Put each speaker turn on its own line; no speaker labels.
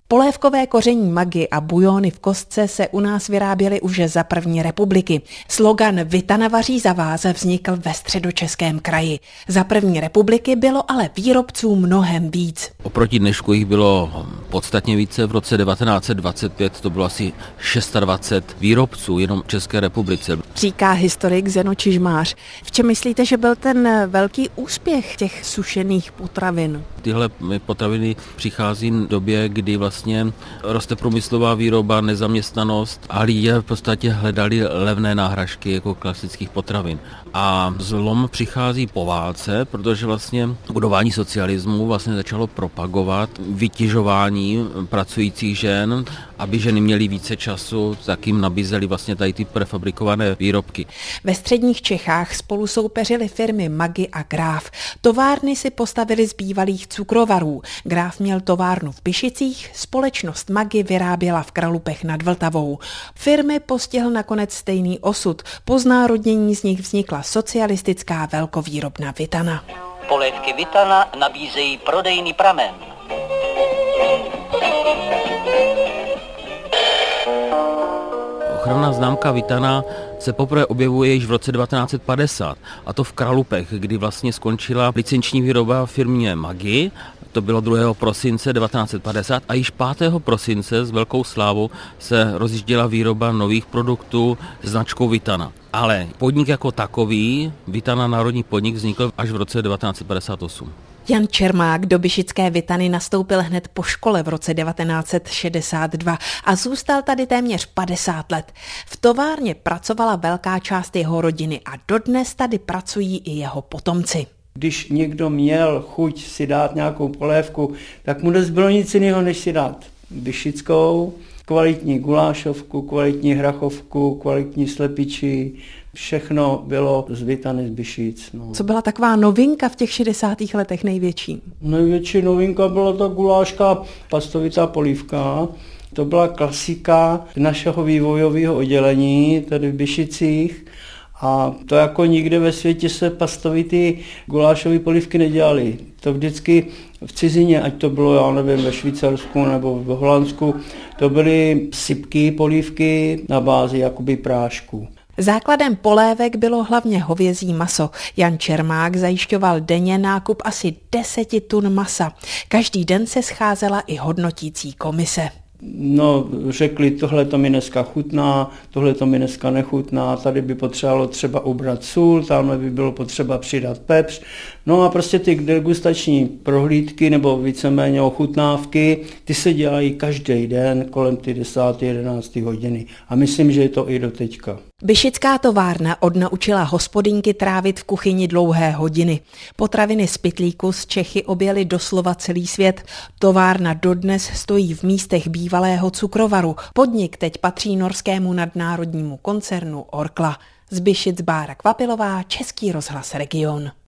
Polévkové koření Maggi a bujony v kostce se u nás vyráběly už za první republiky. Slogan Vitana vaří za vás vznikl ve Středočeském kraji. Za první republiky bylo ale výrobců mnohem víc.
Oproti dnešku jich bylo podstatně více. V roce 1925 to bylo asi 26 výrobců jenom v České republice.
Říká historik Zeno Čižmář. V čem myslíte, že byl ten velký úspěch těch sušených potravin?
Tyhle potraviny přichází v době, kdy vlastně roste průmyslová výroba, nezaměstnanost a lidé v podstatě hledali levné náhražky jako klasických potravin. A zlom přichází po válce, protože vlastně budování socialismu vlastně začalo propagovat vytěžování pracujících žen, aby ženy měly více času, tak jim nabízeli vlastně tady ty prefabrikované výrobky.
Ve středních Čechách spolu soupeřily firmy Maggi a Graf. Továrny si postavili z bývalých cukrovarů. Graf měl továrnu v Pišicích, společnost Maggi vyráběla v Kralupech nad Vltavou. Firmy postihl nakonec stejný osud. Po znárodnění z nich vznikla socialistická velkovýrobna Vitana.
Polévky Vitana nabízejí prodejný pramen.
Ochranná známka Vitana se poprvé objevuje již v roce 1950, a to v Kralupech, kdy vlastně skončila licenční výroba firmě Maggi. To bylo 2. prosince 1950 a již 5. prosince s velkou slávou se rozjížděla výroba nových produktů s značkou Vitana. Ale podnik jako takový, Vitana národní podnik, vznikl až v roce 1958.
Jan Čermák do Byšické Vitany nastoupil hned po škole v roce 1962 a zůstal tady téměř 50 let. V továrně pracovala velká část jeho rodiny a dodnes tady pracují i jeho potomci.
Když někdo měl chuť si dát nějakou polévku, tak mu nezbylo nic jiného, než si dát byšickou, kvalitní gulášovku, kvalitní hrachovku, kvalitní slepiči. Všechno bylo z Vitany z Byšic. No.
Co byla taková novinka v těch 60. letech největší?
Největší novinka byla ta guláška pastovitá polívka. To byla klasika našeho vývojového oddělení, tady v Byšicích. A to jako nikde ve světě se pastovitý gulášové polívky nedělaly. To vždycky v cizině, ať to bylo, já nevím, ve Švýcarsku nebo v Holandsku, to byly sypké polívky na bázi jakoby prášku.
Základem polévek bylo hlavně hovězí maso. Jan Čermák zajišťoval denně nákup asi 10 tun masa. Každý den se scházela i hodnotící komise.
No, řekli, tohle to mi dneska chutná, tohle to mi dneska nechutná, tady by potřebovalo třeba ubrat sůl, tamhle by bylo potřeba přidat pepř. No a prostě ty degustační prohlídky nebo víceméně ochutnávky, ty se dělají každý den kolem ty 10. 11. hodiny. A myslím, že je to i do teďka.
Byšická továrna odnaučila hospodyňky trávit v kuchyni dlouhé hodiny. Potraviny z pytlíku z Čechy objeli doslova celý svět. Továrna dodnes stojí v místech bývalého cukrovaru. Podnik teď patří norskému nadnárodnímu koncernu Orkla. Z Byšic Bára Kvapilová, Český rozhlas Region.